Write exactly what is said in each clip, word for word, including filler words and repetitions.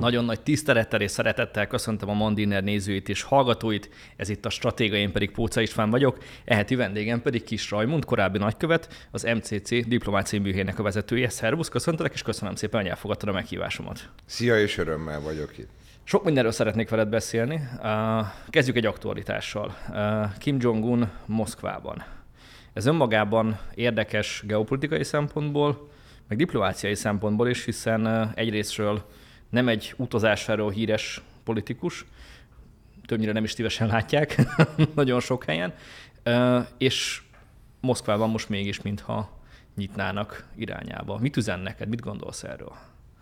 Nagyon nagy tisztelettel és szeretettel köszöntöm a Mandiner nézőit és hallgatóit, ez itt a Stratéga, én pedig Póca István vagyok, eheti vendégem pedig Kiss Rajmund, korábbi nagykövet, az em cé cé diplomáciai műhelynek a vezetője. Szervusz, köszöntelek, és köszönöm szépen, hogy elfogadtad a meghívásomat. Szia, és örömmel vagyok itt. Sok mindenről szeretnék veled beszélni. Kezdjük egy aktualitással. Kim Jong-un Moszkvában. Ez önmagában érdekes geopolitikai szempontból, meg diplomáciai szempontból is, hiszen egyrésztről nem egy utazásról híres politikus, többnyire nem is szívesen látják, nagyon sok helyen, és Moszkvában most mégis mintha nyitnának irányába. Mit üzen neked, mit gondolsz erről?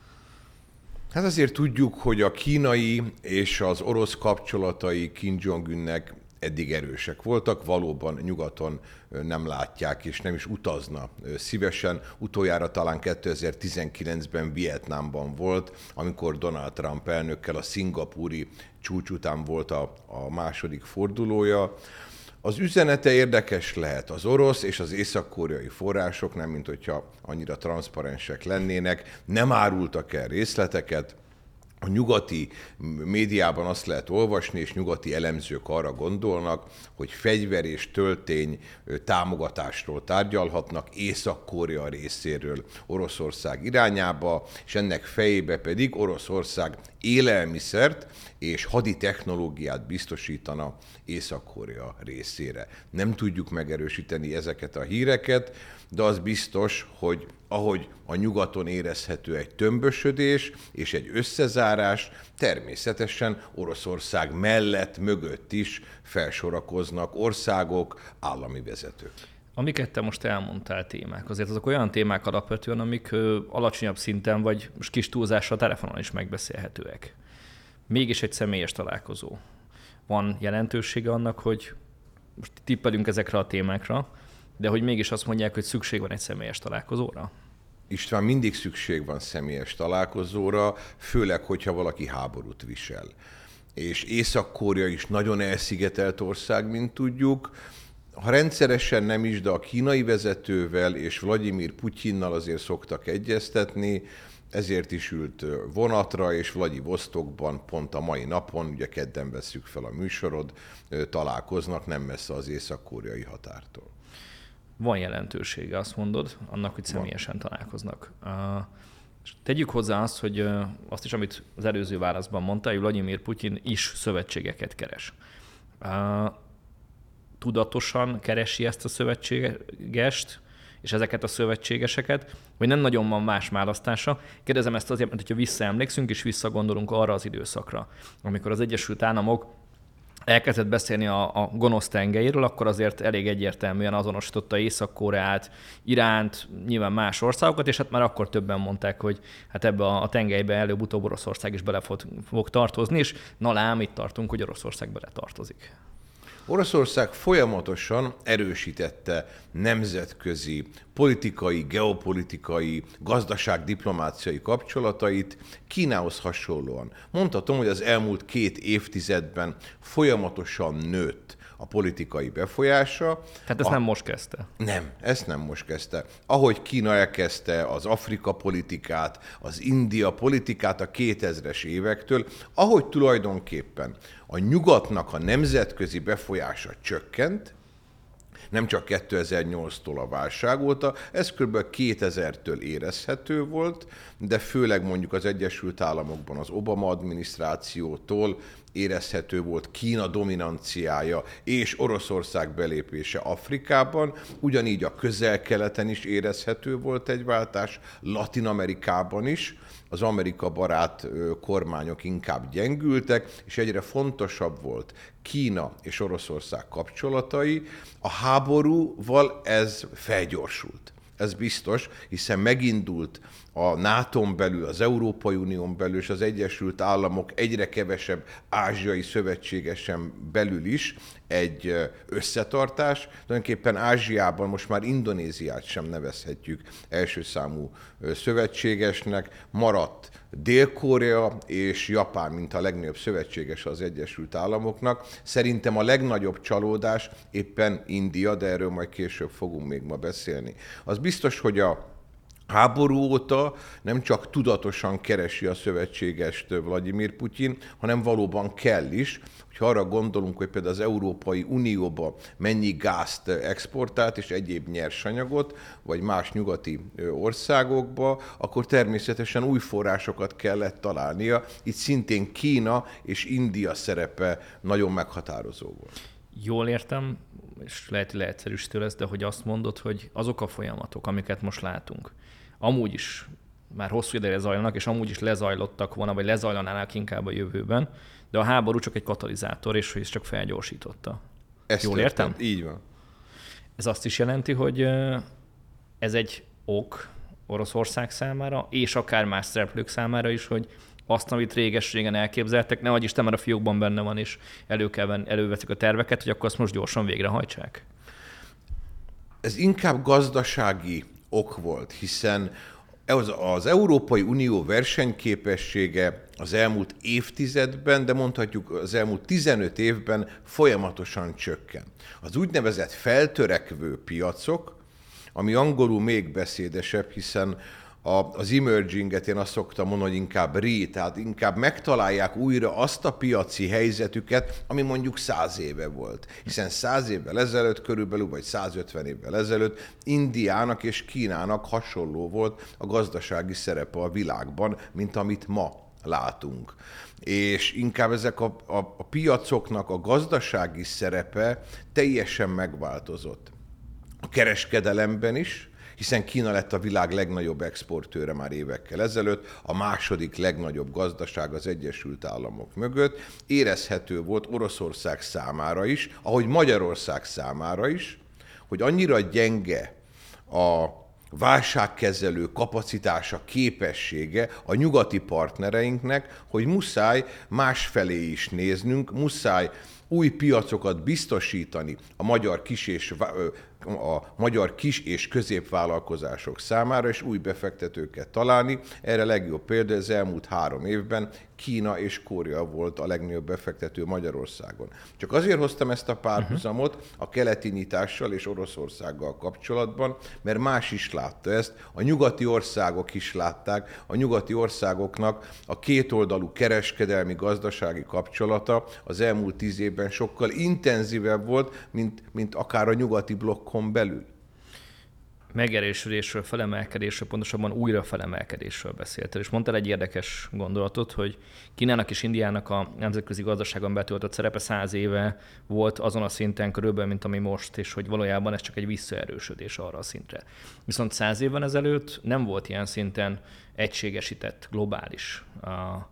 Hát azért tudjuk, hogy a kínai és az orosz kapcsolatai Kim Jong-unnek eddig erősek voltak, valóban nyugaton nem látják és nem is utazna szívesen. Utoljára talán kétezer-tizenkilencben Vietnámban volt, amikor Donald Trump elnökkel a szingapúri csúcs után volt a, a második fordulója. Az üzenete érdekes lehet. Az orosz és az észak-koreai források, nem mint hogyha annyira transzparensek lennének, nem árultak el részleteket. A nyugati médiában azt lehet olvasni, és nyugati elemzők arra gondolnak, hogy fegyver és töltény támogatásról tárgyalhatnak Észak-Korea részéről Oroszország irányába, és ennek fejébe pedig Oroszország élelmiszert és haditechnológiát biztosítana Észak-Korea részére. Nem tudjuk megerősíteni ezeket a híreket, de az biztos, hogy ahogy a nyugaton érezhető egy tömbösödés és egy összezárás, természetesen Oroszország mellett, mögött is felsorakoznak országok, állami vezetők. Amiket te most elmondtál témák, azért azok olyan témák alapvetően, amik ö, alacsonyabb szinten, vagy most kis túlzással telefonon is megbeszélhetőek. Mégis egy személyes találkozó. Van jelentősége annak, hogy most tippelünk ezekre a témákra, de hogy mégis azt mondják, hogy szükség van egy személyes találkozóra? István, mindig szükség van személyes találkozóra, főleg, hogyha valaki háborút visel. És Észak-Korea is nagyon elszigetelt ország, mint tudjuk. Ha rendszeresen nem is, de a kínai vezetővel és Vladimir Putyinnal azért szoktak egyeztetni, ezért is ült vonatra, és Vladivostokban pont a mai napon, ugye kedden vesszük fel a műsorod, találkoznak nem messze az észak-koreai határtól. Van jelentősége, azt mondod, annak, hogy személyesen van. Találkoznak. Uh, és tegyük hozzá azt, hogy uh, azt is, amit az előző válaszban mondtál, hogy Vladimir Putyin is szövetségeket keres. Uh, tudatosan keresi ezt a szövetségest, és ezeket a szövetségeseket, vagy nem nagyon van más választása. Kérdezem ezt azért, mert hogyha visszaemlékszünk és visszagondolunk arra az időszakra, amikor az Egyesült Államok elkezdett beszélni a, a gonosz tengelyről, akkor azért elég egyértelműen azonosította Észak-Koreát, Iránt, nyilván más országokat, és hát már akkor többen mondták, hogy hát ebbe a, a tengelybe előbb-utóbb Oroszország is bele fog, fog tartozni, és na lám, itt tartunk, hogy Oroszország bele tartozik. Oroszország folyamatosan erősítette nemzetközi politikai, geopolitikai, gazdaságdiplomáciai kapcsolatait Kínához hasonlóan. Mondhatom, hogy az elmúlt két évtizedben folyamatosan nőtt a politikai befolyása. Tehát ezt a... nem most kezdte? Nem, ezt nem most kezdte. Ahogy Kína elkezdte az Afrika politikát, az India politikát a kétezres évektől, ahogy tulajdonképpen a nyugatnak a nemzetközi befolyása csökkent, nem csak kétezer-nyolctól a válság óta, ez kb. kétezertől érezhető volt, de főleg mondjuk az Egyesült Államokban az Obama adminisztrációtól érezhető volt Kína dominanciája és Oroszország belépése Afrikában, ugyanígy a Közel-Keleten is érezhető volt egy váltás, Latin-Amerikában is, az Amerika barát kormányok inkább gyengültek, és egyre fontosabb volt Kína és Oroszország kapcsolatai. A háborúval ez felgyorsult. Ez biztos, hiszen megindult a nátón belül, az Európai Unión belül és az Egyesült Államok egyre kevesebb ázsiai szövetségesen belül is egy összetartás. Tulajdonképpen Ázsiában most már Indonéziát sem nevezhetjük első számú szövetségesnek. Maradt Dél-Korea és Japán, mint a legnagyobb szövetséges az Egyesült Államoknak. Szerintem a legnagyobb csalódás éppen India, de erről majd később fogunk még ma beszélni. Az biztos, hogy a háború óta nem csak tudatosan keresi a szövetségest Vladimir Putyin, hanem valóban kell is. Ha arra gondolunk, hogy például az Európai Unióba mennyi gázt exportált és egyéb nyersanyagot, vagy más nyugati országokba, akkor természetesen új forrásokat kellett találnia. Itt szintén Kína és India szerepe nagyon meghatározó volt. Jól értem, és lehet, hogy leegyszerűsítő lesz, de hogy azt mondod, hogy azok a folyamatok, amiket most látunk, amúgy is már hosszú ideje zajlanak, és amúgy is lezajlottak volna, vagy lezajlanának inkább a jövőben, de a háború csak egy katalizátor, és hogy ez csak felgyorsította. Ezt Jól értem? értem? Így van. Ez azt is jelenti, hogy ez egy ok Oroszország számára, és akár más szereplők számára is, hogy azt, amit réges-régen elképzeltek, ne adj Isten, mert a fiókban benne van, és elő kell, előveszik a terveket, hogy akkor azt most gyorsan végrehajtsák? Ez inkább gazdasági ok volt, hiszen az, az Európai Unió versenyképessége az elmúlt évtizedben, de mondhatjuk az elmúlt tizenöt évben folyamatosan csökken. Az úgynevezett feltörekvő piacok, ami angolul még beszédesebb, hiszen a, az emerginget én azt szoktam mondani, hogy inkább re, tehát inkább megtalálják újra azt a piaci helyzetüket, ami mondjuk száz éve volt. Hiszen száz évvel ezelőtt körülbelül, vagy százötven évvel ezelőtt Indiának és Kínának hasonló volt a gazdasági szerepe a világban, mint amit ma látunk. És inkább ezek a, a, a piacoknak a gazdasági szerepe teljesen megváltozott. A kereskedelemben is, hiszen Kína lett a világ legnagyobb exportőre már évekkel ezelőtt, a második legnagyobb gazdaság az Egyesült Államok mögött. Érezhető volt Oroszország számára is, ahogy Magyarország számára is, hogy annyira gyenge a válságkezelő kapacitása, képessége a nyugati partnereinknek, hogy muszáj másfelé is néznünk, muszáj új piacokat biztosítani a magyar kis és a magyar kis és középvállalkozások számára, és új befektetőket találni. Erre legjobb példa az elmúlt három évben Kína és Korea volt a legnagyobb befektető Magyarországon. Csak azért hoztam ezt a párhuzamot a keleti nyitással és Oroszországgal kapcsolatban, mert más is látta ezt, a nyugati országok is látták, a nyugati országoknak a kétoldalú kereskedelmi gazdasági kapcsolata az elmúlt tíz évben sokkal intenzívebb volt, mint, mint akár a nyugati blokkon belül. Megerősödésről, felemelkedésről, pontosabban újra felemelkedésről beszéltél, és mondtál egy érdekes gondolatot, hogy Kínának és Indiának a nemzetközi gazdaságon betöltött szerepe száz éve volt azon a szinten körülbelül, mint ami most, és hogy valójában ez csak egy visszaerősödés arra a szintre. Viszont száz évvel ezelőtt nem volt ilyen szinten egységesített, globális a,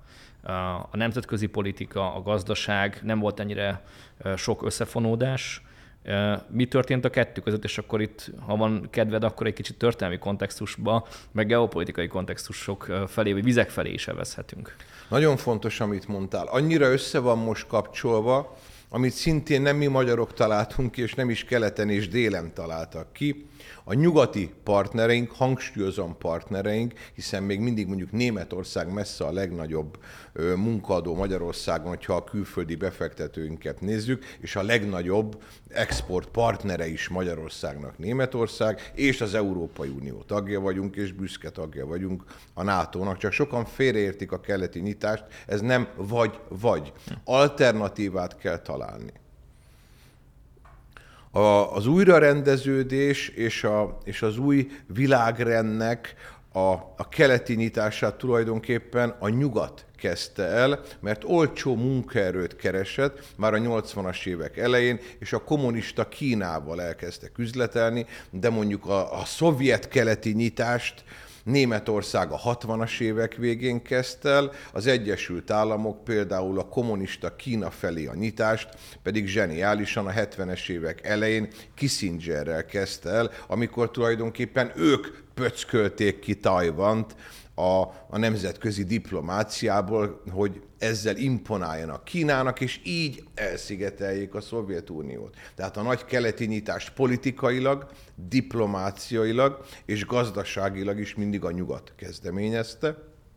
a, a nemzetközi politika, a gazdaság, nem volt ennyire sok összefonódás. Mi történt a kettő között, és akkor itt, ha van kedved, akkor egy kicsit történelmi kontextusba, meg geopolitikai kontextusok felé, vagy vizek felé is evezhetünk. Nagyon fontos, amit mondtál. Annyira össze van most kapcsolva, amit szintén nem mi magyarok találtunk ki, és nem is keleten és délen találtak ki. A nyugati partnereink, hangsúlyozom partnereink, hiszen még mindig mondjuk Németország messze a legnagyobb munkaadó Magyarországon, hogyha a külföldi befektetőinket nézzük, és a legnagyobb export partnere is Magyarországnak Németország, és az Európai Unió tagja vagyunk, és büszke tagja vagyunk a nátónak. Csak sokan félreértik a keleti nyitást, ez nem vagy-vagy. Alternatívát kell találni. A, az újrarendeződés és, a, és az új világrendnek a, a keleti nyitását tulajdonképpen a nyugat kezdte el, mert olcsó munkaerőt keresett már a nyolcvanas évek elején, és a kommunista Kínával elkezdtek üzletelni, de mondjuk a, a szovjet keleti nyitást Németország a hatvanas évek végén kezdte el, az Egyesült Államok például a kommunista Kína felé a nyitást, pedig zseniálisan a hetvenes évek elején Kissingerrel kezdte el, amikor tulajdonképpen ők pöckölték ki Tajvant a, a nemzetközi diplomáciából, hogy ezzel imponáljanak Kínának, és így elszigeteljék a Szovjetuniót. Tehát a nagy keleti nyitást politikailag, diplomáciailag és gazdaságilag is mindig a nyugat kezdeményezte.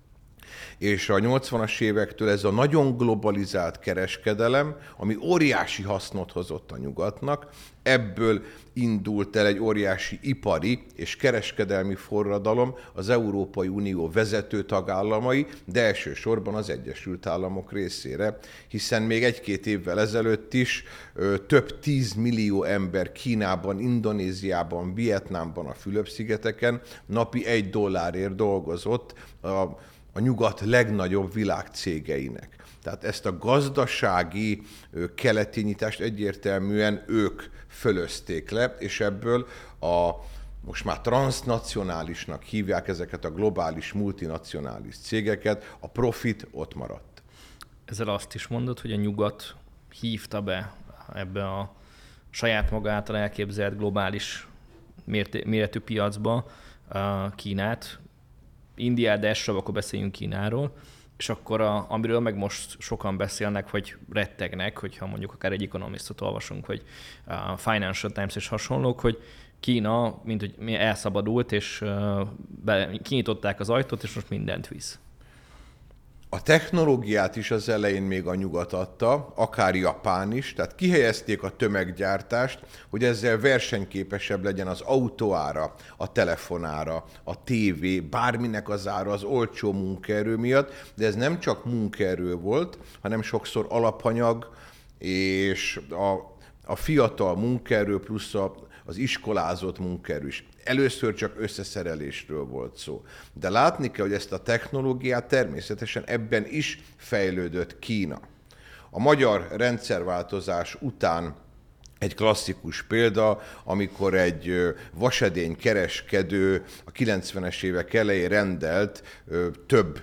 És a nyolcvanas évektől ez a nagyon globalizált kereskedelem, ami óriási hasznot hozott a nyugatnak, ebből indult el egy óriási ipari és kereskedelmi forradalom az Európai Unió vezető tagállamai, de elsősorban az Egyesült Államok részére, hiszen még egy-két évvel ezelőtt is ö, több tízmillió ember Kínában, Indonéziában, Vietnámban, a Fülöp-szigeteken napi egy dollárért dolgozott a, a nyugat legnagyobb világcégeinek. Tehát ezt a gazdasági ö, keleti nyitást egyértelműen ők fölözték le, és ebből a most már transnacionálisnak hívják ezeket a globális, multinacionális cégeket, a profit ott maradt. Ezzel azt is mondod, hogy a nyugat hívta be ebbe a saját maga által elképzelt globális méretű piacba Kínát, Indiát, de elsősorban akkor beszéljünk Kínáról, és akkor a, amiről meg most sokan beszélnek, vagy rettegnek, hogyha mondjuk akár egy Economistot olvasunk, vagy a Financial Times és hasonlók, hogy Kína, mint hogy elszabadult, és be, kinyitották az ajtót, és most mindent visz. A technológiát is az elején még a nyugat adta, akár Japán is, tehát kihelyezték a tömeggyártást, hogy ezzel versenyképesebb legyen az autóára, a telefonára, a tévé, bárminek az ára az olcsó munkaerő miatt, de ez nem csak munkaerő volt, hanem sokszor alapanyag és a, a fiatal munkaerő plusz a, az iskolázott munkaerő is. Először csak összeszerelésről volt szó. De látni kell, hogy ezt a technológiát természetesen ebben is fejlődött Kína. A magyar rendszerváltozás után egy klasszikus példa, amikor egy vasedény kereskedő a kilencvenes évek elején rendelt több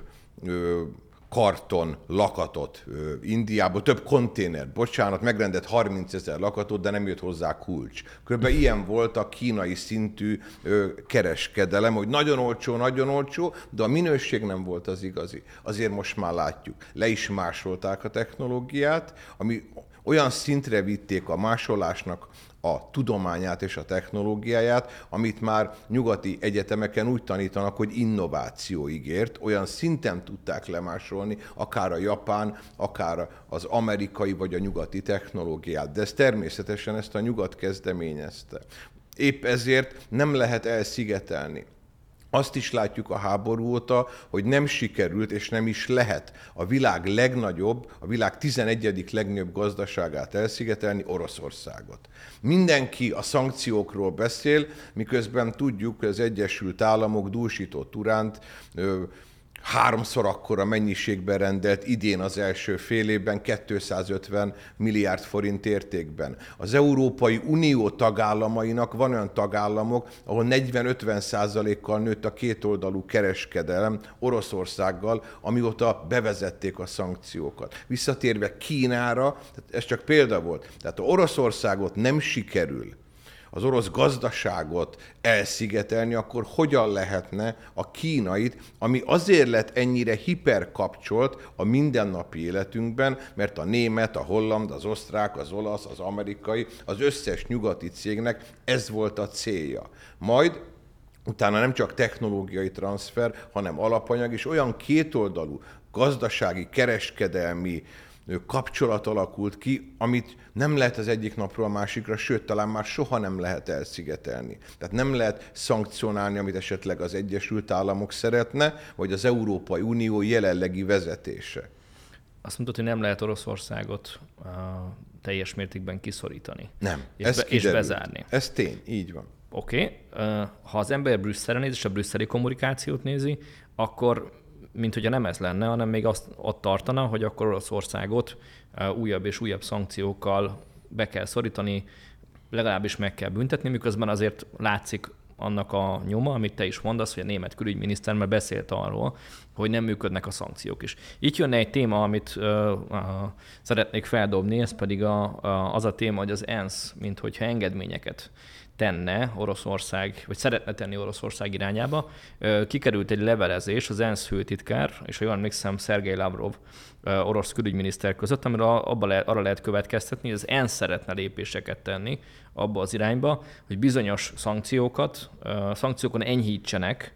karton lakatot Indiából, több konténer, bocsánat, megrendelt harmincezer lakatot, de nem jött hozzá kulcs. Körülbelül ilyen volt a kínai szintű kereskedelem, hogy nagyon olcsó, nagyon olcsó, de a minőség nem volt az igazi. Azért most már látjuk. Le is másolták a technológiát, ami olyan szintre vitték a másolásnak a tudományát és a technológiáját, amit már nyugati egyetemeken úgy tanítanak, hogy innováció ígért, olyan szinten tudták lemásolni, akár a japán, akár az amerikai vagy a nyugati technológiát. De ez természetesen ezt a nyugat kezdeményezte. Épp ezért nem lehet elszigetelni. Azt is látjuk a háború óta, hogy nem sikerült és nem is lehet a világ legnagyobb, a világ tizenegyedik legnagyobb gazdaságát elszigetelni, Oroszországot. Mindenki a szankciókról beszél, miközben tudjuk, hogy az Egyesült Államok dúsított uránt ö, háromszor akkora mennyiségben rendelt idén az első fél évben kétszázötven milliárd forint értékben. Az Európai Unió tagállamainak van olyan tagállamok, ahol negyven-ötven százalékkal nőtt a kétoldalú kereskedelem Oroszországgal, amióta bevezették a szankciókat. Visszatérve Kínára, ez csak példa volt, tehát ha Oroszországot nem sikerül az orosz gazdaságot elszigetelni, akkor hogyan lehetne a kínait, ami azért lett ennyire hiperkapcsolt a mindennapi életünkben, mert a német, a holland, az osztrák, az olasz, az amerikai, az összes nyugati cégnek ez volt a célja. Majd utána nem csak technológiai transfer, hanem alapanyag, és olyan kétoldalú gazdasági, kereskedelmi kapcsolat alakult ki, amit nem lehet az egyik napról a másikra, sőt, talán már soha nem lehet elszigetelni. Tehát nem lehet szankcionálni, amit esetleg az Egyesült Államok szeretne, vagy az Európai Unió jelenlegi vezetése. Azt mondtad, hogy nem lehet Oroszországot uh, teljes mértékben kiszorítani. Nem, és, ez be, és bezárni. Ez tény, így van. Oké, okay. uh, ha az ember Brüsszelre néz, és a brüsszeli kommunikációt nézi, akkor mint hogyha nem ez lenne, hanem még azt ott tartana, hogy akkor Oroszországot újabb és újabb szankciókkal be kell szorítani, legalábbis meg kell büntetni, miközben azért látszik annak a nyoma, amit te is mondasz, hogy a német külügyminiszter már beszélt arról, hogy nem működnek a szankciók is. Itt jönne egy téma, amit uh, uh, szeretnék feldobni, ez pedig a, a, az a téma, hogy az ENSZ, mint hogyha engedményeket tenne Oroszország, vagy szeretne tenni Oroszország irányába. Kikerült egy levelezés az ENSZ főtitkár, és ha jól emlékszem, Szergej Lavrov orosz külügyminiszter között, amire abba le, arra lehet következtetni, hogy az ENSZ szeretne lépéseket tenni abba az irányba, hogy bizonyos szankciókat, szankciókon enyhítsenek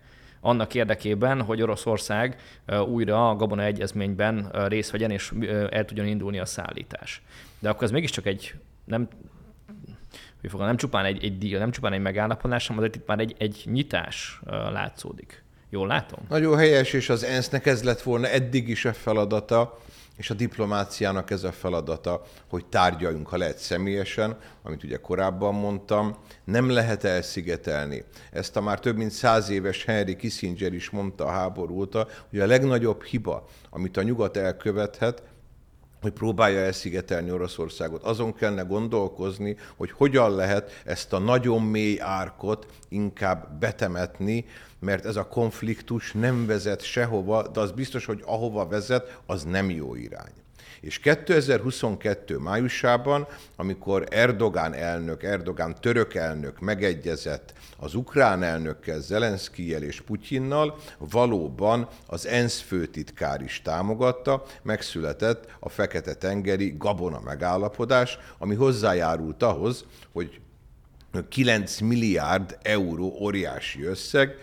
annak érdekében, hogy Oroszország újra a Gabona Egyezményben részt vegyen, és el tudjon indulni a szállítás. De akkor ez mégiscsak egy, nem, hogy fogom, nem csupán egy, egy deal, nem csupán egy megállapodás, hanem azért itt már egy, egy nyitás látszódik. Jól látom? Nagyon helyes, és az ENSZ-nek ez lett volna eddig is a feladata, és a diplomáciának ez a feladata, hogy tárgyaljunk, ha lehet személyesen, amit ugye korábban mondtam, nem lehet elszigetelni. Ezt a már több mint száz éves Henry Kissinger is mondta a háború óta, hogy a legnagyobb hiba, amit a nyugat elkövethet, hogy próbálja elszigetelni Oroszországot. Azon kellene gondolkozni, hogy hogyan lehet ezt a nagyon mély árkot inkább betemetni, mert ez a konfliktus nem vezet sehova, de az biztos, hogy ahova vezet, az nem jó irány. És kétezer-huszonkettő májusában, amikor Erdogán elnök, Erdogán török elnök megegyezett az ukrán elnökkel, Zelenszkijjel és Putyinnal, valóban az ENSZ főtitkár is támogatta, megszületett a Fekete-tengeri Gabona megállapodás, ami hozzájárult ahhoz, hogy kilenc milliárd euró óriási összeg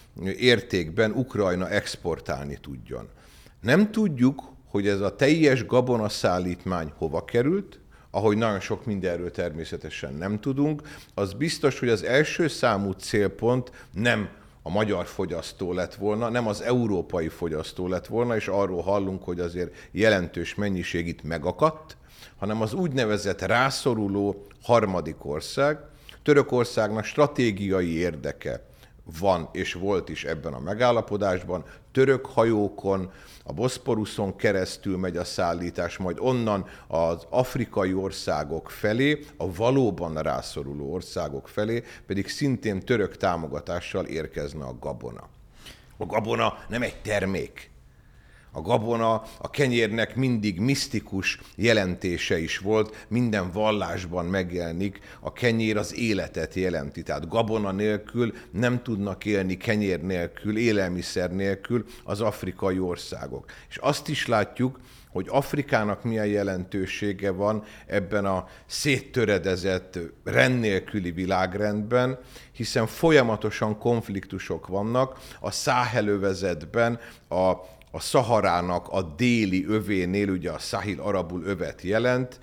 értékben Ukrajna exportálni tudjon. Nem tudjuk, hogy ez a teljes gabonaszállítmány hova került, ahogy nagyon sok mindenről természetesen nem tudunk, az biztos, hogy az első számú célpont nem a magyar fogyasztó lett volna, nem az európai fogyasztó lett volna, és arról hallunk, hogy azért jelentős mennyiség itt megakadt, hanem az úgynevezett rászoruló harmadik ország. Törökországnak stratégiai érdeke van és volt is ebben a megállapodásban. Török hajókon, a Boszporuszon keresztül megy a szállítás, majd onnan az afrikai országok felé, a valóban rászoruló országok felé, pedig szintén török támogatással érkezne a gabona. A gabona nem egy termék. A gabona, a kenyérnek mindig misztikus jelentése is volt, minden vallásban megjelenik, a kenyér az életet jelenti. Tehát gabona nélkül nem tudnak élni, kenyér nélkül, élelmiszer nélkül az afrikai országok. És azt is látjuk, hogy Afrikának milyen jelentősége van ebben a széttöredezett, rend nélküli világrendben, hiszen folyamatosan konfliktusok vannak a Száhel-övezetben, a a Szaharának a déli övénél, ugye a Szahil arabul övet jelent,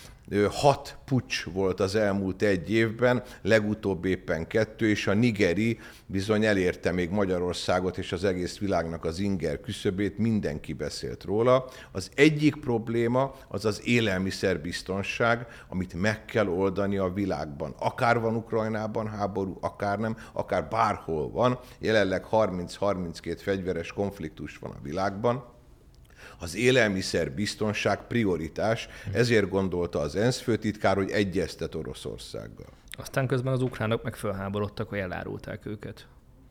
hat puccs volt az elmúlt egy évben, legutóbb éppen kettő, és a nigeri bizony elérte még Magyarországot és az egész világnak az inger küszöbét, mindenki beszélt róla. Az egyik probléma az az élelmiszerbiztonság, amit meg kell oldani a világban. Akár van Ukrajnában háború, akár nem, akár bárhol van. Jelenleg harminc-harminckét fegyveres konfliktus van a világban. Az élelmiszer biztonság prioritás, ezért gondolta az ENSZ főtitkár, hogy egyeztet Oroszországgal. Aztán közben az ukránok meg felháborodtak, hogy elárulták őket.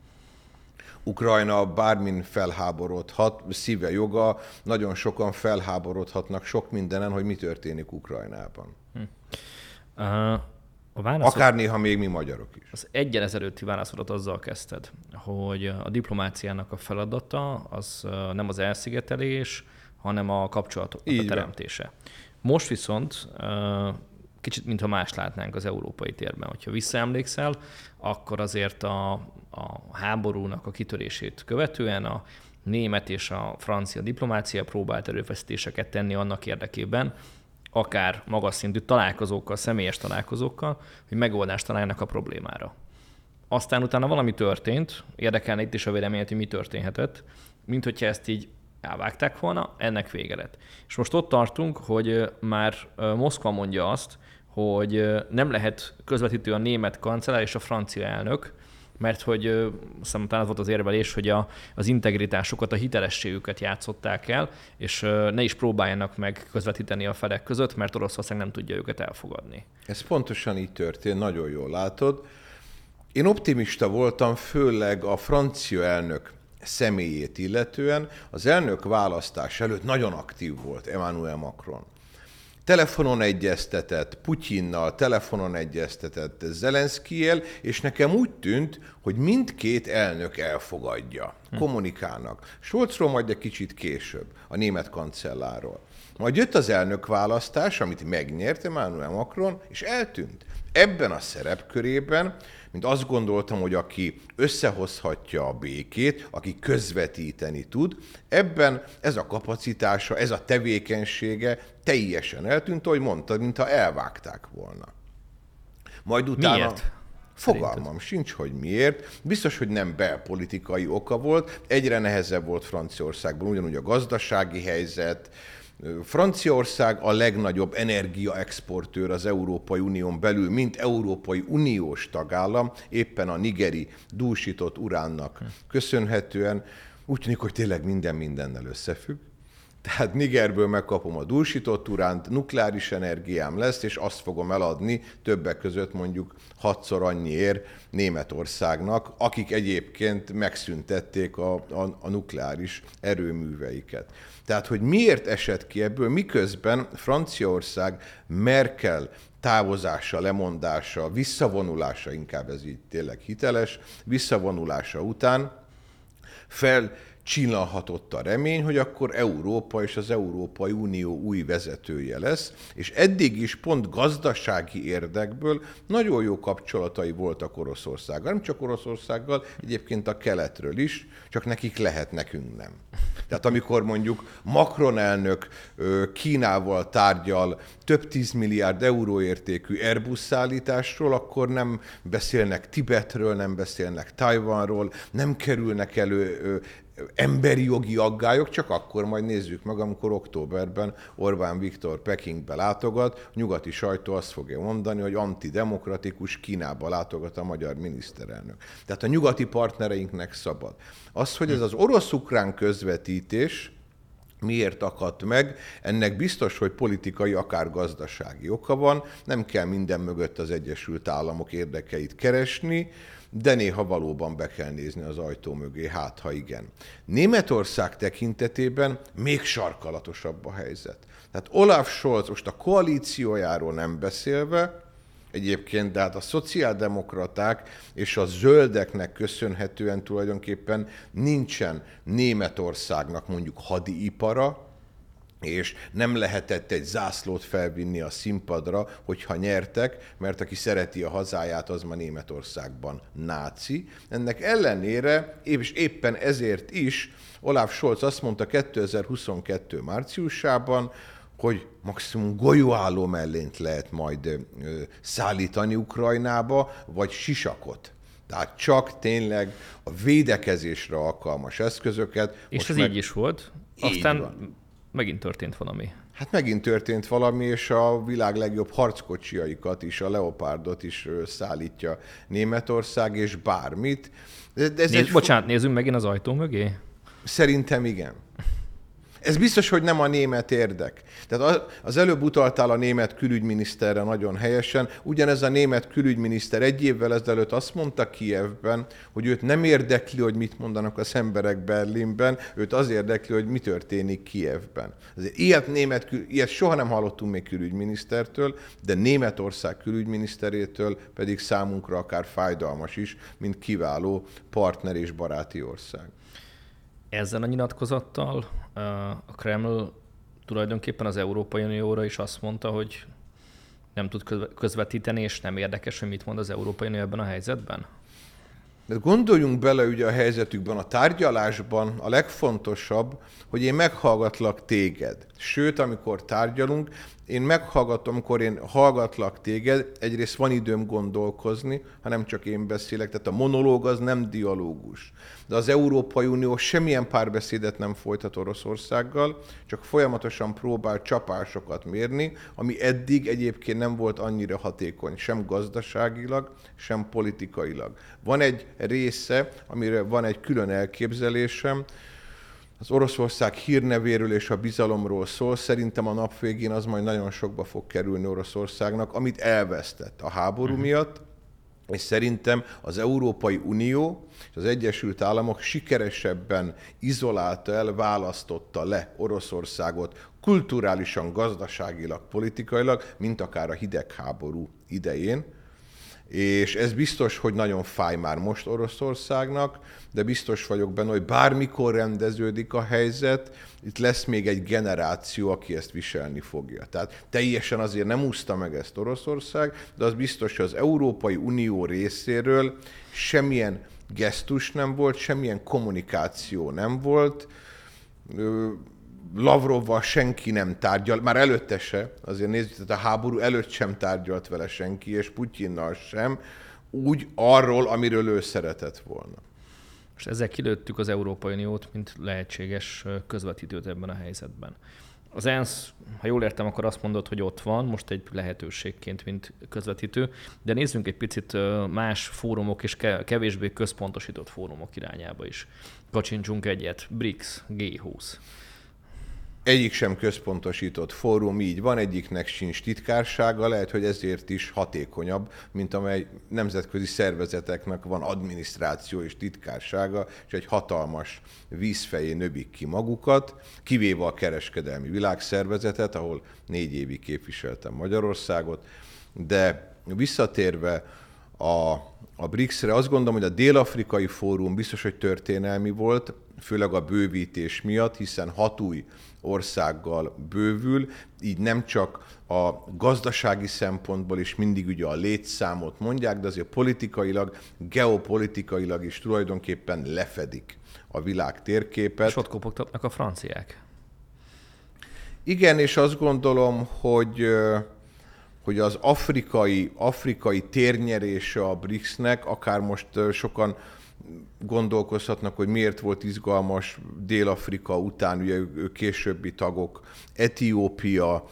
Ukrajna bármin felháborodhat, szíve joga, nagyon sokan felháborodhatnak sok mindenen, hogy mi történik Ukrajnában. Hm. Uh, a válaszod... Akár néha még mi magyarok is. Az egyen ezelőtti válaszodat azzal kezdted, hogy a diplomáciának a feladata az nem az elszigetelés, hanem a kapcsolatok a teremtése. Van. Most viszont kicsit, mintha más látnánk az európai térben. Hogyha visszaemlékszel, akkor azért a, a háborúnak a kitörését követően a német és a francia diplomácia próbált erőfeszítéseket tenni annak érdekében, akár magas szintű találkozókkal, személyes találkozókkal, hogy megoldást találjanak a problémára. Aztán utána valami történt, érdekelne itt is a véleményet, hogy mi történhetett, mint hogyha ezt így elvágták volna, ennek vége lett. És most ott tartunk, hogy már Moszkva mondja azt, hogy nem lehet közvetítő a német kancellár és a francia elnök, mert hogy szerintem az volt az érvelés, hogy a, az integritásukat, a hitelességüket játszották el, és ne is próbáljanak meg közvetíteni a felek között, mert Oroszország nem tudja őket elfogadni. Ez pontosan így történt, nagyon jól látod. Én optimista voltam, főleg a francia elnök személyét illetően. Az elnök választás előtt nagyon aktív volt Emmanuel Macron. Telefonon egyeztetett Putyinnal, telefonon egyeztetett Zelenszkijjel, és nekem úgy tűnt, hogy mindkét elnök elfogadja, hm. kommunikálnak. Scholzról majd egy kicsit később, a német kancellárról. Majd jött az elnökválasztás, amit megnyert Emmanuel Macron, és eltűnt. ebben a szerepkörében, mint azt gondoltam, hogy aki összehozhatja a békét, aki közvetíteni tud, ebben ez a kapacitása, ez a tevékenysége teljesen eltűnt, ahogy mondtad, mintha elvágták volna. Majd utána... Miért? Fogalmam Szerinted? Sincs, hogy miért. Biztos, hogy nem belpolitikai oka volt. Egyre nehezebb volt Franciaországban, ugyanúgy a gazdasági helyzet. Franciaország a legnagyobb energiaexportőr az Európai Unión belül, mint Európai Uniós tagállam, éppen a nigeri dúsított uránnak köszönhetően. Úgy tűnik, hogy tényleg minden mindennel összefügg. Tehát Nigerből megkapom a dúsított uránt, nukleáris energiám lesz, és azt fogom eladni többek között mondjuk hatszor annyiért Németországnak, akik egyébként megszüntették a, a, a nukleáris erőműveiket. Tehát, hogy miért esett ki ebből, miközben Franciaország Merkel távozása, lemondása, visszavonulása, inkább ez így tényleg hiteles, visszavonulása után fel csillanhatott a remény, hogy akkor Európa és az Európai Unió új vezetője lesz, és eddig is pont gazdasági érdekből nagyon jó kapcsolatai voltak Oroszországgal. Nem csak Oroszországgal, egyébként a keletről is, csak nekik lehet, nekünk nem. Tehát amikor mondjuk Macron elnök Kínával tárgyal több tízmilliárd euró értékű Airbus szállításról, akkor nem beszélnek Tibetről, nem beszélnek Tajvanról, nem kerülnek elő emberi jogi aggályok, csak akkor majd nézzük meg, amikor októberben Orbán Viktor Pekingbe látogat, a nyugati sajtó azt fogja mondani, hogy antidemokratikus Kínába látogat a magyar miniszterelnök. Tehát a nyugati partnereinknek szabad. Az, hogy ez az orosz-ukrán közvetítés miért akadt meg, ennek biztos, hogy politikai, akár gazdasági oka van, nem kell minden mögött az Egyesült Államok érdekeit keresni, de néha valóban be kell nézni az ajtó mögé, hát ha igen. Németország tekintetében még sarkalatosabb a helyzet. Tehát Olaf Scholz, most a koalíciójáról nem beszélve, egyébként, de hát a szociáldemokraták és a zöldeknek köszönhetően tulajdonképpen nincsen Németországnak mondjuk hadiipara, és nem lehetett egy zászlót felvinni a színpadra, hogyha nyertek, mert aki szereti a hazáját, az ma Németországban náci. Ennek ellenére, és éppen ezért is Olaf Scholz azt mondta kétezer-huszonkettő márciusában, hogy maximum golyóálló mellényt lehet majd ö, szállítani Ukrajnába, vagy sisakot. Tehát csak tényleg a védekezésre alkalmas eszközöket. És ez meg... így is volt. Aztán van. Megint történt valami. Hát megint történt valami, és a világ legjobb harckocsiaikat is, a Leopardot is szállítja Németország, és bármit. De ez Nézd, egy... Bocsánat, nézzünk megint az ajtó mögé? Szerintem igen. Ez biztos, hogy nem a német érdek. Tehát az előbb utaltál a német külügyminiszterre nagyon helyesen. Ugyanez a német külügyminiszter egy évvel ezelőtt azt mondta Kijevben, hogy őt nem érdekli, hogy mit mondanak az emberek Berlinben, őt az érdekli, hogy mi történik Kijevben. Azért ilyet, német, ilyet soha nem hallottunk még külügyminisztertől, de Németország külügyminiszterétől pedig számunkra akár fájdalmas is, mint kiváló partner és baráti ország. Ezzel a nyilatkozattal a Kreml tulajdonképpen az Európai Unióra is azt mondta, hogy nem tud közvetíteni, és nem érdekes, hogy mit mond az Európai Unió ebben a helyzetben? De gondoljunk bele ugye a helyzetükben, a tárgyalásban a legfontosabb, hogy én meghallgatlak téged. Sőt, amikor tárgyalunk, én meghallgatom, amikor én hallgatlak téged, egyrészt van időm gondolkozni, ha nem csak én beszélek, tehát a monológ az nem dialógus. De az Európai Unió semmilyen párbeszédet nem folytat Oroszországgal, csak folyamatosan próbál csapásokat mérni, ami eddig egyébként nem volt annyira hatékony, sem gazdaságilag, sem politikailag. Van egy része, amire van egy külön elképzelésem, az Oroszország hírnevéről és a bizalomról szól, szerintem a nap végén az majd nagyon sokba fog kerülni Oroszországnak, amit elvesztett a háború uh-huh. miatt, és szerintem az Európai Unió és az Egyesült Államok sikeresebben izolálta el, választotta le Oroszországot kulturálisan, gazdaságilag, politikailag, mint akár a hidegháború idején. És ez biztos, hogy nagyon fáj már most Oroszországnak, de biztos vagyok benne, hogy bármikor rendeződik a helyzet, itt lesz még egy generáció, aki ezt viselni fogja. Tehát teljesen azért nem úszta meg ezt Oroszország, de az biztos, hogy az Európai Unió részéről semmilyen gesztus nem volt, semmilyen kommunikáció nem volt. Lavrovval senki nem tárgyal, már előtte se, azért nézzük, tehát a háború előtt sem tárgyalt vele senki, és Putyinnal sem, úgy arról, amiről ő szeretett volna. És ezzel kilőttük az Európai Uniót, mint lehetséges közvetítőt ebben a helyzetben. Az ENSZ, ha jól értem, akkor azt mondod, hogy ott van, most egy lehetőségként, mint közvetítő, de nézzünk egy picit más fórumok és kevésbé központosított fórumok irányába is. Kacsincsunk egyet, BRICS, G húsz. Egyik sem központosított fórum, így van, egyiknek sincs titkársága, lehet, hogy ezért is hatékonyabb, mint amely nemzetközi szervezeteknek van adminisztráció és titkársága, és egy hatalmas vízfejé növik ki magukat, kivéve a Kereskedelmi Világszervezetet, ahol négy évig képviseltem Magyarországot, de visszatérve a, a BRICS-re, azt gondolom, hogy a Dél-Afrikai Fórum biztos, hogy történelmi volt, főleg a bővítés miatt, hiszen hat új országgal bővül, így nem csak a gazdasági szempontból is mindig ugye a létszámot mondják, de azért politikailag, geopolitikailag is tulajdonképpen lefedik a világ térképet. És ott kopogtatnak a franciák. Igen, és azt gondolom, hogy, hogy az afrikai, afrikai térnyerése a BRICS-nek, akár most sokan gondolkozhatnak, hogy miért volt izgalmas Dél-Afrika után, ugye ők későbbi tagok, Etiópia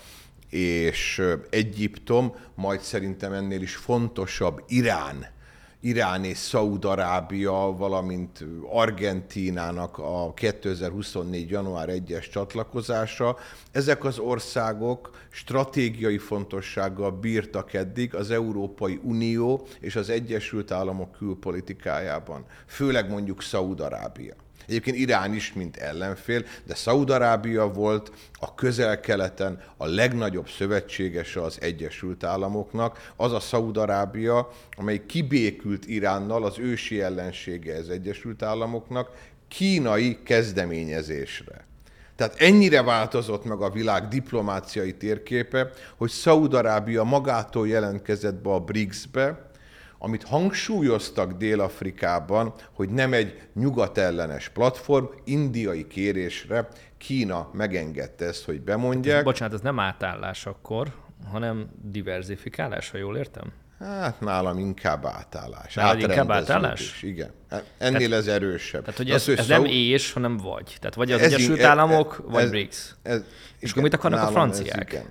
és Egyiptom, majd szerintem ennél is fontosabb Irán, Irán és Szaúd-Arábia, valamint Argentínának a kétezer-huszonnégy. január elsejés csatlakozása. Ezek az országok stratégiai fontossággal bírtak eddig az Európai Unió és az Egyesült Államok külpolitikájában, főleg mondjuk Szaúd-Arábia. Egyébként Irán is, mint ellenfél, de Szaúd-Arábia volt a Közel-Keleten a legnagyobb szövetségese az Egyesült Államoknak. Az a Szaúd-Arábia, amely kibékült Iránnal, az ősi ellensége az Egyesült Államoknak, kínai kezdeményezésre. Tehát ennyire változott meg a világ diplomáciai térképe, hogy Szaúd-Arábia magától jelentkezett be a BRICS-be, amit hangsúlyoztak Dél-Afrikában, hogy nem egy nyugatellenes platform, indiai kérésre Kína megengedte ezt, hogy bemondják. Ez, bocsánat, ez nem átállás akkor, hanem diverzifikálás, ha jól értem? Hát nálam inkább átállás. Nálad inkább átállás? Igen. Ennél tehát, ez erősebb. Tehát, hogy ez, az, ez szau... nem és, hanem vagy. Tehát vagy az ez Egyesült ez, Államok, ez, vagy ez, BRICS. Ez, és igen, akkor mit akarnak a franciák? Igen.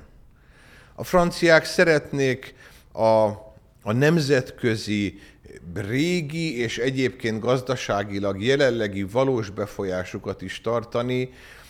A franciák szeretnék a a nemzetközi, régi és egyébként gazdaságilag jelenlegi valós befolyásukat is tartani,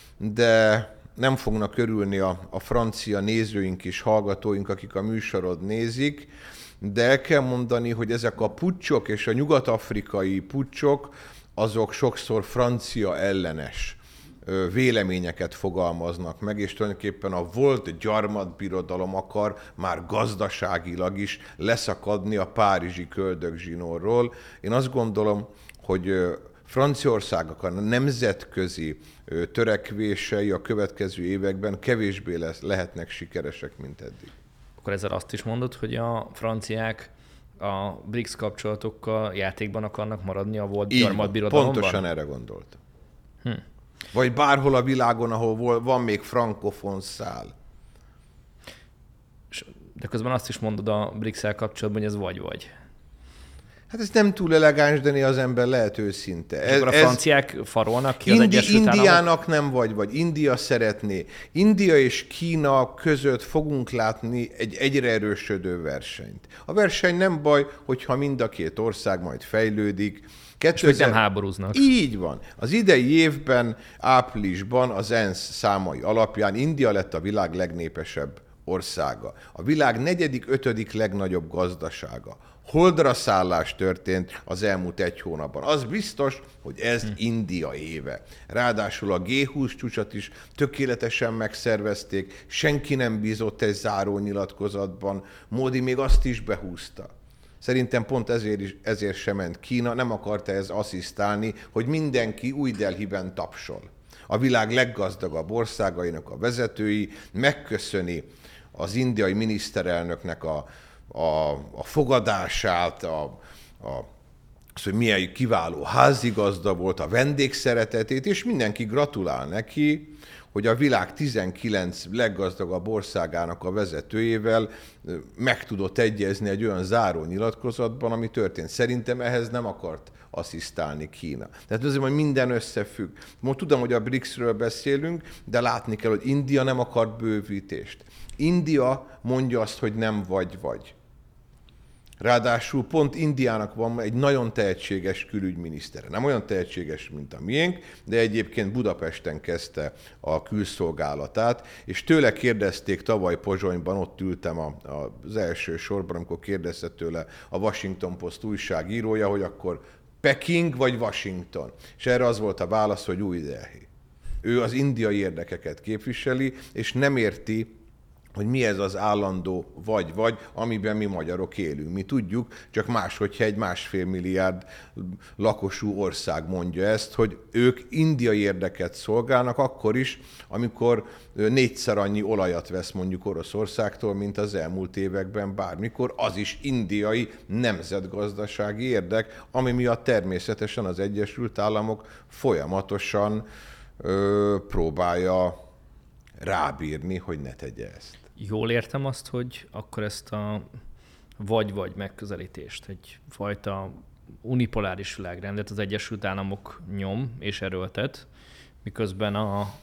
de nem fognak örülni a, a francia nézőink és hallgatóink, akik a műsorod nézik, de el kell mondani, hogy ezek a puccsok és a nyugat-afrikai puccsok, azok sokszor francia ellenes véleményeket fogalmaznak meg, és tulajdonképpen a volt gyarmatbirodalom akar már gazdaságilag is leszakadni a párizsi köldögzsinórról. Én azt gondolom, hogy Franciaországnak a nemzetközi törekvései a következő években kevésbé lesz, lehetnek sikeresek, mint eddig. Akkor ezzel azt is mondod, hogy a franciák a BRICS kapcsolatokkal játékban akarnak maradni a volt gyarmatbirodalomban? Pontosan erre gondoltam. Hm. Vagy bárhol a világon, ahol van még frankofon szál. De közben azt is mondod a BRICS-el kapcsolatban, hogy ez vagy-vagy. Hát ez nem túl elegáns, de az ember lehet őszinte. És akkor a franciák farolnak ki az Indi, Egyesült Államok? Indiának nem vagy-vagy. India szeretné. India és Kína között fogunk látni egy egyre erősödő versenyt. A verseny nem baj, hogyha mind a két ország majd fejlődik. kétezer... És még nem háborúznak. Így van. Az idei évben, áprilisban az ENSZ számai alapján India lett a világ legnépesebb országa. A világ negyedik, ötödik legnagyobb gazdasága. Holdra szállás történt az elmúlt egy hónapban. Az biztos, hogy ez hm. India éve. Ráadásul a G húsz csúcsot is tökéletesen megszervezték, senki nem bízott egy záró nyilatkozatban, Módi még azt is behúzta. Szerintem pont ezért, is, ezért sem ment Kína, nem akarta ez asszisztálni, hogy mindenki új Delhiben tapsol. A világ leggazdagabb országainak a vezetői megköszöni az indiai miniszterelnöknek a, a, a fogadását, a, a az, hogy milyen kiváló házigazda volt, a vendégszeretetét, és mindenki gratulál neki, hogy a világ tizenkilenc leggazdagabb országának a vezetőjével meg tudott egyezni egy olyan záró nyilatkozatban, ami történt. Szerintem ehhez nem akart asszisztálni Kína. Tehát azért, hogy minden összefügg. Most tudom, hogy a brikszről beszélünk, de látni kell, hogy India nem akart bővítést. India mondja azt, hogy nem vagy-vagy. Ráadásul pont Indiának van egy nagyon tehetséges külügyminisztere. Nem olyan tehetséges, mint a miénk, de egyébként Budapesten kezdte a külszolgálatát, és tőle kérdezték tavaly Pozsonyban, ott ültem a, a, az első sorban, amikor kérdezte tőle a Washington Post újságírója, hogy akkor Peking vagy Washington. És erre az volt a válasz, hogy Új Delhi. Ő az indiai érdekeket képviseli, és nem érti, hogy mi ez az állandó vagy-vagy, amiben mi magyarok élünk. Mi tudjuk, csak más, hogyha egy másfél milliárd lakosú ország mondja ezt, hogy ők indiai érdeket szolgálnak akkor is, amikor négyszer annyi olajat vesz mondjuk Oroszországtól, mint az elmúlt években bármikor, az is indiai nemzetgazdasági érdek, ami miatt természetesen az Egyesült Államok folyamatosan ö, próbálja rábírni, hogy ne tegye ezt. Jól értem azt, hogy akkor ezt a vagy-vagy megközelítést, egy fajta unipoláris világrendet az Egyesült Államok nyom és erőltet, miközben a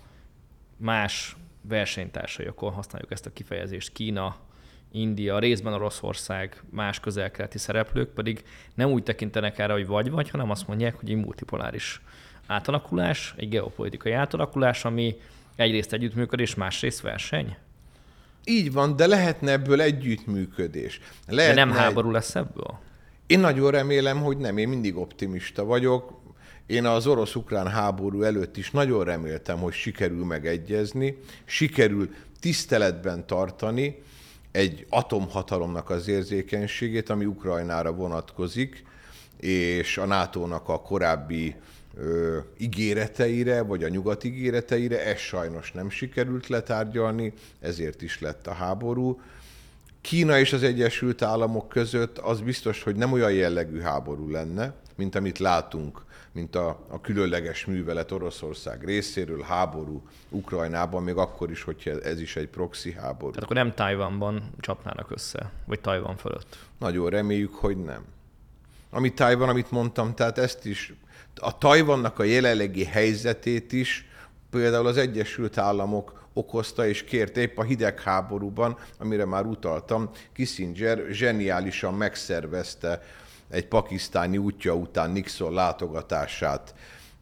más versenytársai, akkor használjuk ezt a kifejezést, Kína, India, részben Oroszország, más közel-keleti szereplők pedig nem úgy tekintenek erre, hogy vagy-vagy, hanem azt mondják, hogy egy multipoláris átalakulás, egy geopolitikai átalakulás, ami egyrészt együttműködés, másrészt verseny? Így van, de lehetne ebből együttműködés. Lehetne de nem háború lesz ebből? Én nagyon remélem, hogy nem. Én mindig optimista vagyok. Én az orosz-ukrán háború előtt is nagyon reméltem, hogy sikerül megegyezni, sikerül tiszteletben tartani egy atomhatalomnak az érzékenységét, ami Ukrajnára vonatkozik, és a nátónak a korábbi Ö, ígéreteire, vagy a nyugat ígéreteire, ez sajnos nem sikerült letárgyalni, ezért is lett a háború. Kína és az Egyesült Államok között az biztos, hogy nem olyan jellegű háború lenne, mint amit látunk, mint a, a különleges művelet Oroszország részéről, háború Ukrajnában, még akkor is, hogyha ez is egy proxy háború. Tehát akkor nem Tajvanban csapnának össze, vagy Tajvan fölött? Nagyon reméljük, hogy nem. Ami Tajvan, amit mondtam, tehát ezt is a Tajvannak a jelenlegi helyzetét is például az Egyesült Államok okozta és kérte épp a hidegháborúban, amire már utaltam, Kissinger zseniálisan megszervezte egy pakisztáni útja után Nixon látogatását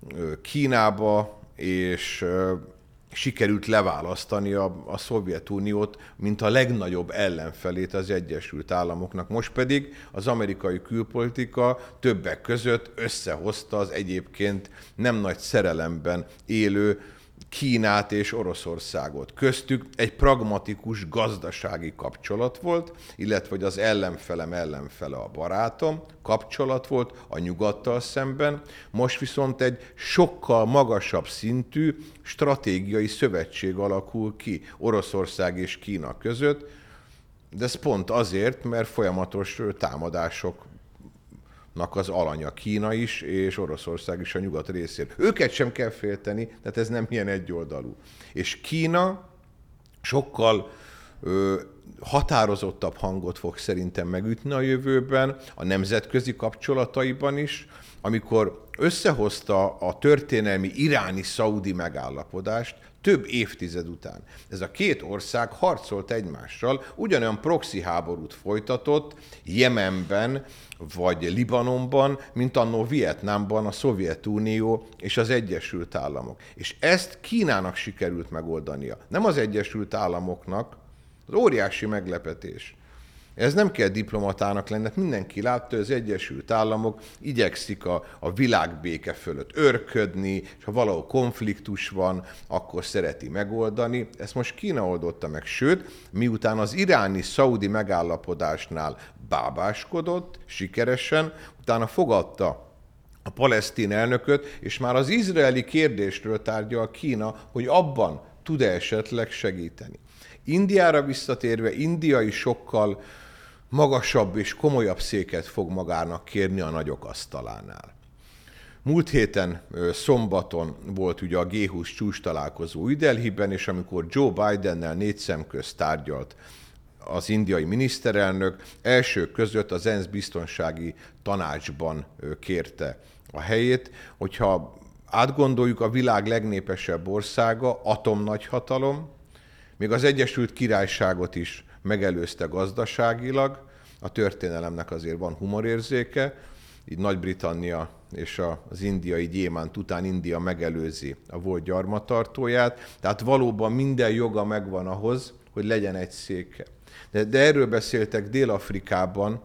Kínába, és sikerült leválasztani a, a Szovjetuniót, mint a legnagyobb ellenfelét az Egyesült Államoknak. Most pedig az amerikai külpolitika többek között összehozta az egyébként nem nagy szerelemben élő Kínát és Oroszországot. Köztük egy pragmatikus gazdasági kapcsolat volt, illetve hogy az ellenfelem ellenfele a barátom kapcsolat volt a nyugattal szemben, most viszont egy sokkal magasabb szintű stratégiai szövetség alakul ki Oroszország és Kína között, de ez pont azért, mert folyamatos támadások az alanya Kína is, és Oroszország is a nyugat részéről. Őket sem kell félteni, tehát ez nem ilyen egyoldalú. És Kína sokkal ö, határozottabb hangot fog szerintem megütni a jövőben, a nemzetközi kapcsolataiban is, amikor összehozta a történelmi iráni-szaudi megállapodást több évtized után. Ez a két ország harcolt egymással, ugyanolyan proxy háborút folytatott Jemenben vagy Libanonban, mint annó Vietnámban a Szovjetunió és az Egyesült Államok. És ezt Kínának sikerült megoldania. Nem az Egyesült Államoknak, az óriási meglepetés, Ez nem kell diplomatának lenni, mindenki látta, hogy az Egyesült Államok igyekszik a, a világbéke fölött örködni, és ha valahol konfliktus van, akkor szereti megoldani. Ezt most Kína oldotta meg, sőt, miután az iráni-szaudi megállapodásnál bábáskodott sikeresen, utána fogadta a palesztin elnököt, és már az izraeli kérdésről tárgyal Kína, hogy abban tud-e esetleg segíteni. Indiára visszatérve, India is sokkal magasabb és komolyabb széket fog magának kérni a nagyok asztalánál. Múlt héten szombaton volt ugye a gé húsz csúcs találkozó új Delhiben, és amikor Joe Bidennel négy szem közt tárgyalt az indiai miniszterelnök, elsők között az ENSZ biztonsági tanácsban kérte a helyét, hogyha átgondoljuk, a világ legnépesebb országa, atomnagyhatalom, még az Egyesült Királyságot is megelőzte gazdaságilag, a történelemnek azért van humorérzéke, így Nagy-Britannia és az indiai gyémánt után India megelőzi a volt gyarmatartóját, tehát valóban minden joga megvan ahhoz, hogy legyen egy széke. De, de erről beszéltek Dél-Afrikában,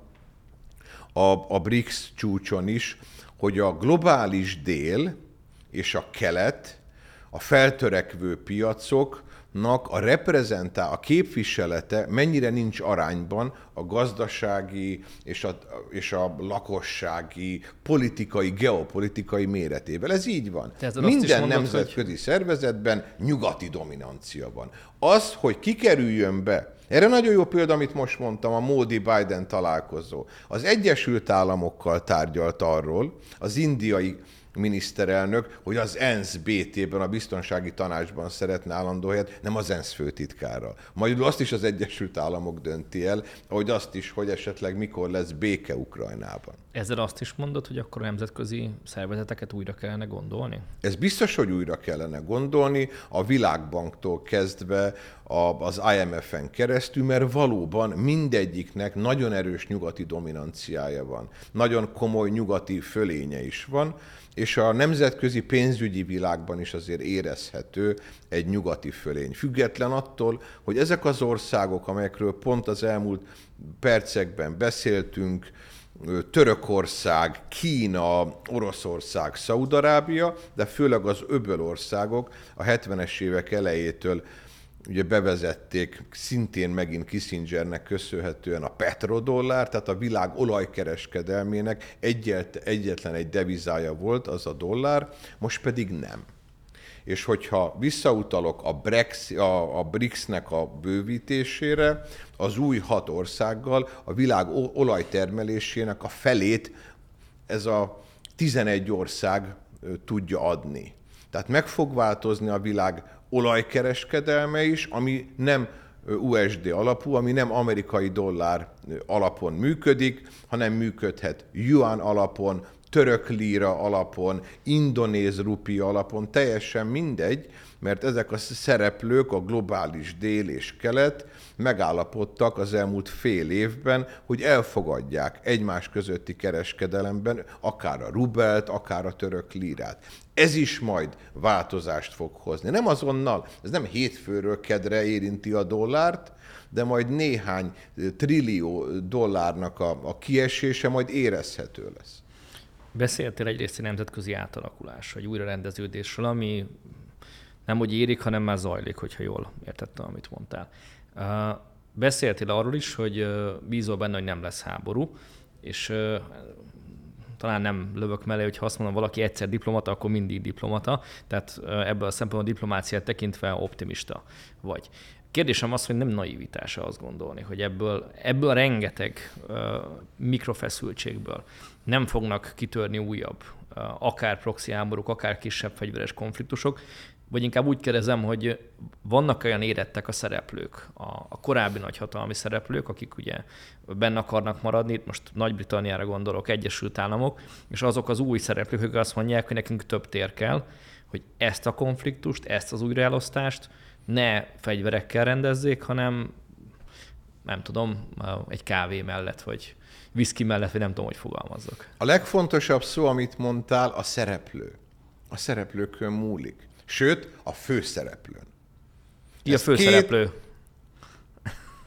a, a briks csúcson is, hogy a globális dél és a kelet, a feltörekvő piacoknak a reprezentál, a képviselete mennyire nincs arányban a gazdasági és a, és a lakossági, politikai, geopolitikai méretével. Ez így van. Minden mondod, nemzetközi hogy... szervezetben nyugati dominancia van. Az, hogy kikerüljön be, erre nagyon jó példa, amit most mondtam, a Modi-Biden találkozó. Az Egyesült Államokkal tárgyalt arról, az indiai miniszterelnök, hogy az ENSZ bé té-ben, a biztonsági tanácsban szeretne állandó helyet, nem az ENSZ főtitkára. Majd azt is az Egyesült Államok dönti el, ahogy azt is, hogy esetleg mikor lesz béke Ukrajnában. Ezzel azt is mondod, hogy akkor a nemzetközi szervezeteket újra kellene gondolni? Ez biztos, hogy újra kellene gondolni, a Világbanktól kezdve az i em ef-en keresztül, mert valóban mindegyiknek nagyon erős nyugati dominanciája van. Nagyon komoly nyugati fölénye is van, és a nemzetközi pénzügyi világban is azért érezhető egy nyugati fölény. Független attól, hogy ezek az országok, amelyekről pont az elmúlt percekben beszéltünk, Törökország, Kína, Oroszország, Szaúd-Arábia, de főleg az öböl országok a hetvenes évek elejétől ugye bevezették szintén megint Kissingernek köszönhetően a petrodollár, tehát a világ olajkereskedelmének egyet, egyetlen egy devizája volt, az a dollár, most pedig nem. És hogyha visszautalok a, Brexit, a, a briksnek a bővítésére, az új hat országgal a világ olajtermelésének a felét ez a tizenegy ország tudja adni. Tehát meg fog változni a világ olajkereskedelme is, ami nem u es dé alapú, ami nem amerikai dollár alapon működik, hanem működhet yuan alapon, török líra alapon, indonéz rupi alapon, teljesen mindegy, mert ezek a szereplők, a globális dél és kelet megállapodtak az elmúlt fél évben, hogy elfogadják egymás közötti kereskedelemben akár a rubelt, akár a török lírát. Ez is majd változást fog hozni. Nem azonnal, ez nem hétfőről kedre érinti a dollárt, de majd néhány trillió dollárnak a, a kiesése majd érezhető lesz. Beszéltél egyrészt a nemzetközi átalakulás, vagy újrarendeződésről, ami nem hogy érik, hanem már zajlik, hogyha jól értettem, amit mondtál. Beszéltél arról is, hogy bízol benne, hogy nem lesz háború, és talán nem lövök mellé, hogyha azt mondom, valaki egyszer diplomata, akkor mindig diplomata, tehát ebből a szempontból a diplomáciát tekintve optimista vagy. Kérdésem az, hogy nem naivitása azt gondolni, hogy ebből, ebből a rengeteg uh, mikrofeszültségből nem fognak kitörni újabb, uh, akár proxy háborúk, akár kisebb fegyveres konfliktusok, vagy inkább úgy kérdezem, hogy vannak olyan érettek a szereplők, a, a korábbi nagyhatalmi szereplők, akik ugye benne akarnak maradni, itt most Nagy-Britanniára gondolok, Egyesült Államok, és azok az új szereplők, akik azt mondják, hogy nekünk több tér kell, hogy ezt a konfliktust, ezt az újraelosztást ne fegyverekkel rendezzék, hanem nem tudom, egy kávé mellett, vagy viszki mellett, vagy nem tudom, hogy fogalmazzak. A legfontosabb szó, amit mondtál, a szereplő. A szereplőkön múlik. Sőt, a főszereplőn. Ki a főszereplő? Két...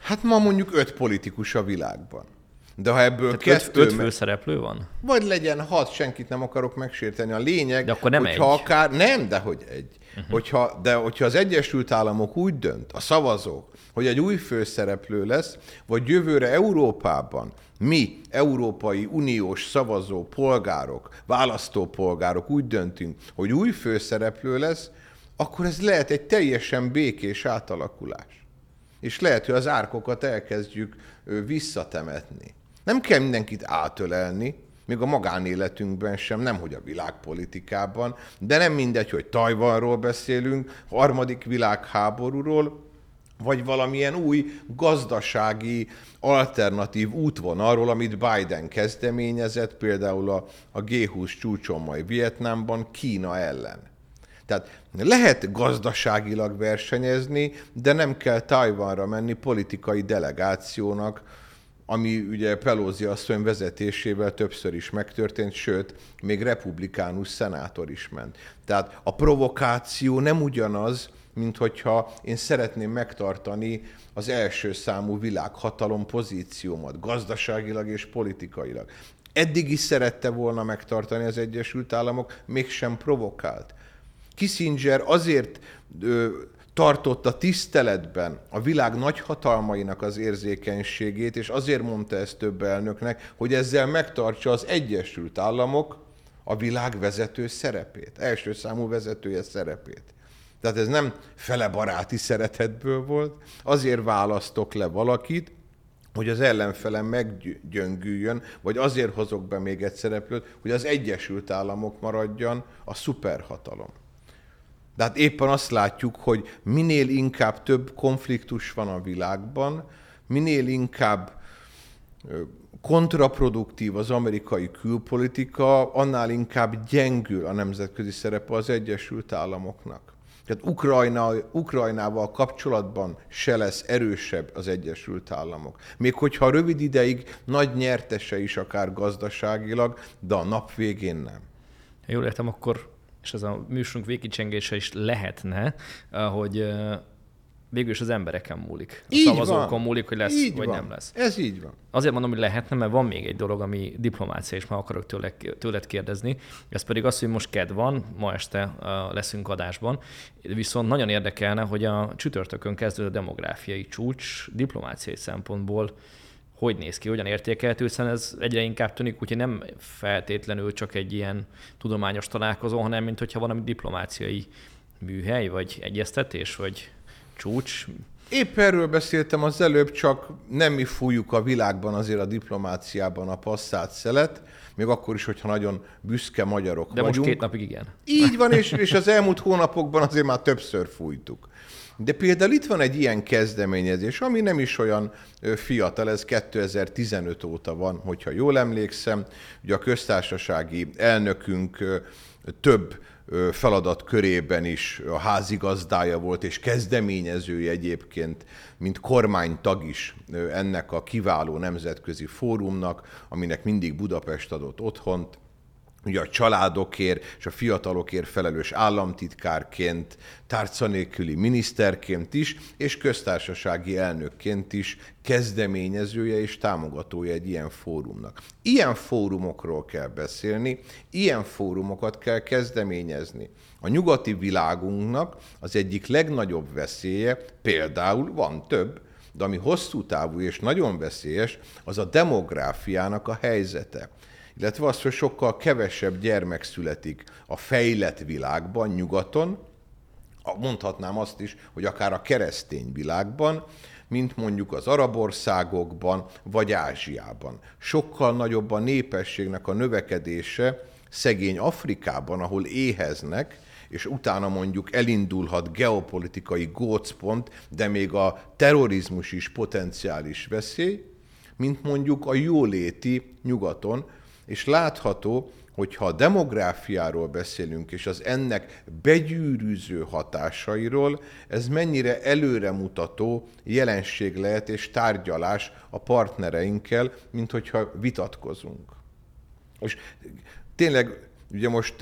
Hát ma mondjuk öt politikus a világban. De ha ebből Tehát kettő... öt, öt főszereplő van? Vagy legyen hat, senkit nem akarok megsérteni. A lényeg, de akkor nem hogyha egy. akár... Nem, de hogy egy. Uh-huh. Hogyha, de hogyha az Egyesült Államok úgy dönt, a szavazók, hogy egy új főszereplő lesz, vagy jövőre Európában mi, Európai Uniós szavazó polgárok, választópolgárok úgy döntünk, hogy új főszereplő lesz, akkor ez lehet egy teljesen békés átalakulás. És lehet, hogy az árkokat elkezdjük visszatemetni. Nem kell mindenkit átölelni, még a magánéletünkben sem, nemhogy a világpolitikában, de nem mindegy, hogy Tajvanról beszélünk, harmadik világháborúról, vagy valamilyen új gazdasági alternatív útvonalról, amit Biden kezdeményezett, például a, a gé húsz csúcson majd Vietnámban Kína ellen. Tehát lehet gazdaságilag versenyezni, de nem kell Tajvanra menni politikai delegációnak, ami ugye Pelosi asszony vezetésével többször is megtörtént, sőt, még republikánus szenátor is ment. Tehát a provokáció nem ugyanaz, mint hogyha én szeretném megtartani az első számú világhatalom pozíciómat, gazdaságilag és politikailag. Eddig is szerette volna megtartani az Egyesült Államok, mégsem provokált. Kissinger azért ö, tartotta tiszteletben a világ nagyhatalmainak az érzékenységét, és azért mondta ezt több elnöknek, hogy ezzel megtartsa az Egyesült Államok a világ vezető szerepét, első számú vezetője szerepét. Tehát ez nem fele baráti szeretetből volt, azért választok le valakit, hogy az ellenfelem meggyöngüljön, vagy azért hozok be még egy szereplőt, hogy az Egyesült Államok maradjan a szuperhatalom. De hát éppen azt látjuk, hogy minél inkább több konfliktus van a világban, minél inkább kontraproduktív az amerikai külpolitika, annál inkább gyengül a nemzetközi szerepe az Egyesült Államoknak. Tehát Ukrajna, Ukrajnával kapcsolatban se lesz erősebb az Egyesült Államok. Még hogyha rövid ideig nagy nyertese is akár gazdaságilag, de a nap végén nem. Jól értem, akkor, és ez a műsorunk végkicsengése is lehetne, hogy végül is az embereken múlik. A így szavazókon van. múlik, hogy lesz, így vagy van. nem lesz. Ez így van. Azért mondom, hogy lehetne, mert van még egy dolog, ami diplomácia, és már akarok tőle, tőled kérdezni. Ez pedig az, hogy most kedd van, ma este uh, leszünk adásban, viszont nagyon érdekelne, hogy a csütörtökön kezdődő demográfiai csúcs diplomáciai szempontból hogy néz ki, hogyan értékelhető, hiszen ez egyre inkább tűnik, úgyhogy nem feltétlenül csak egy ilyen tudományos találkozó, hanem mint hogyha valami diplomáciai műhely, vagy egyeztetés, vagy csúcs. Épp erről beszéltem az előbb, csak nem mi fújjuk a világban azért a diplomáciában a passzát szelet, még akkor is, hogyha nagyon büszke magyarok De vagyunk. most két napig igen. Így van, és, és az elmúlt hónapokban azért már többször fújtuk. De például itt van egy ilyen kezdeményezés, ami nem is olyan fiatal, ez kétezer-tizenöt óta van, hogyha jól emlékszem. Ugye a köztársasági elnökünk több feladat körében is a házigazdája volt, és kezdeményezője egyébként, mint kormánytag is ennek a kiváló nemzetközi fórumnak, aminek mindig Budapest adott otthont. Ugye a családokért és a fiatalokért felelős államtitkárként, tárca nélküli miniszterként is, és köztársasági elnökként is kezdeményezője és támogatója egy ilyen fórumnak. Ilyen fórumokról kell beszélni, ilyen fórumokat kell kezdeményezni. A nyugati világunknak az egyik legnagyobb veszélye, például van több, de ami hosszú távú és nagyon veszélyes, az a demográfiának a helyzete. Illetve az, hogy sokkal kevesebb gyermek születik a fejlett világban, nyugaton, mondhatnám azt is, hogy akár a keresztény világban, mint mondjuk az arab országokban, vagy Ázsiában. Sokkal nagyobb a népességnek a növekedése szegény Afrikában, ahol éheznek, és utána mondjuk elindulhat geopolitikai gócpont, de még a terrorizmus is potenciális veszély, mint mondjuk a jóléti nyugaton, és látható, hogy ha a demográfiáról beszélünk, és az ennek begyűrűző hatásairól, ez mennyire előremutató jelenség lehet és tárgyalás a partnereinkkel, mint hogyha vitatkozunk. És tényleg, ugye most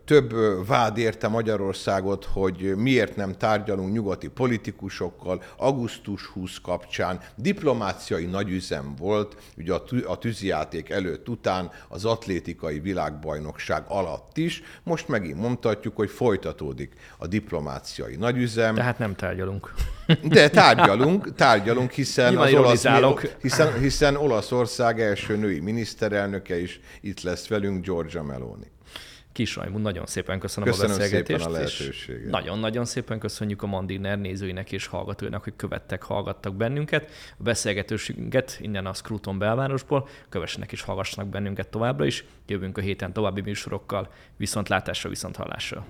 több vád érte Magyarországot, hogy miért nem tárgyalunk nyugati politikusokkal, augusztus huszadika kapcsán. Diplomáciai nagyüzem volt, ugye a tűzijáték előtt után az atlétikai világbajnokság alatt is. Most megint mondhatjuk, hogy folytatódik a diplomáciai nagyüzem. Tehát nem tárgyalunk. De tárgyalunk, tárgyalunk, hiszen, az olasz, hiszen, hiszen Olaszország első női miniszterelnöke is itt lesz velünk, Giorgia Meloni. Kis Rajmund, nagyon szépen köszönöm, köszönöm a beszélgetést. Szépen a lehetőséget. Nagyon-nagyon szépen köszönjük a Mandiner nézőinek és hallgatóinak, hogy követtek, hallgattak bennünket. A beszélgetőségünket innen a Scruton belvárosból, kövessenek és hallgassanak bennünket továbbra is. Jövünk a héten további műsorokkal, viszontlátásra, viszonthallásra.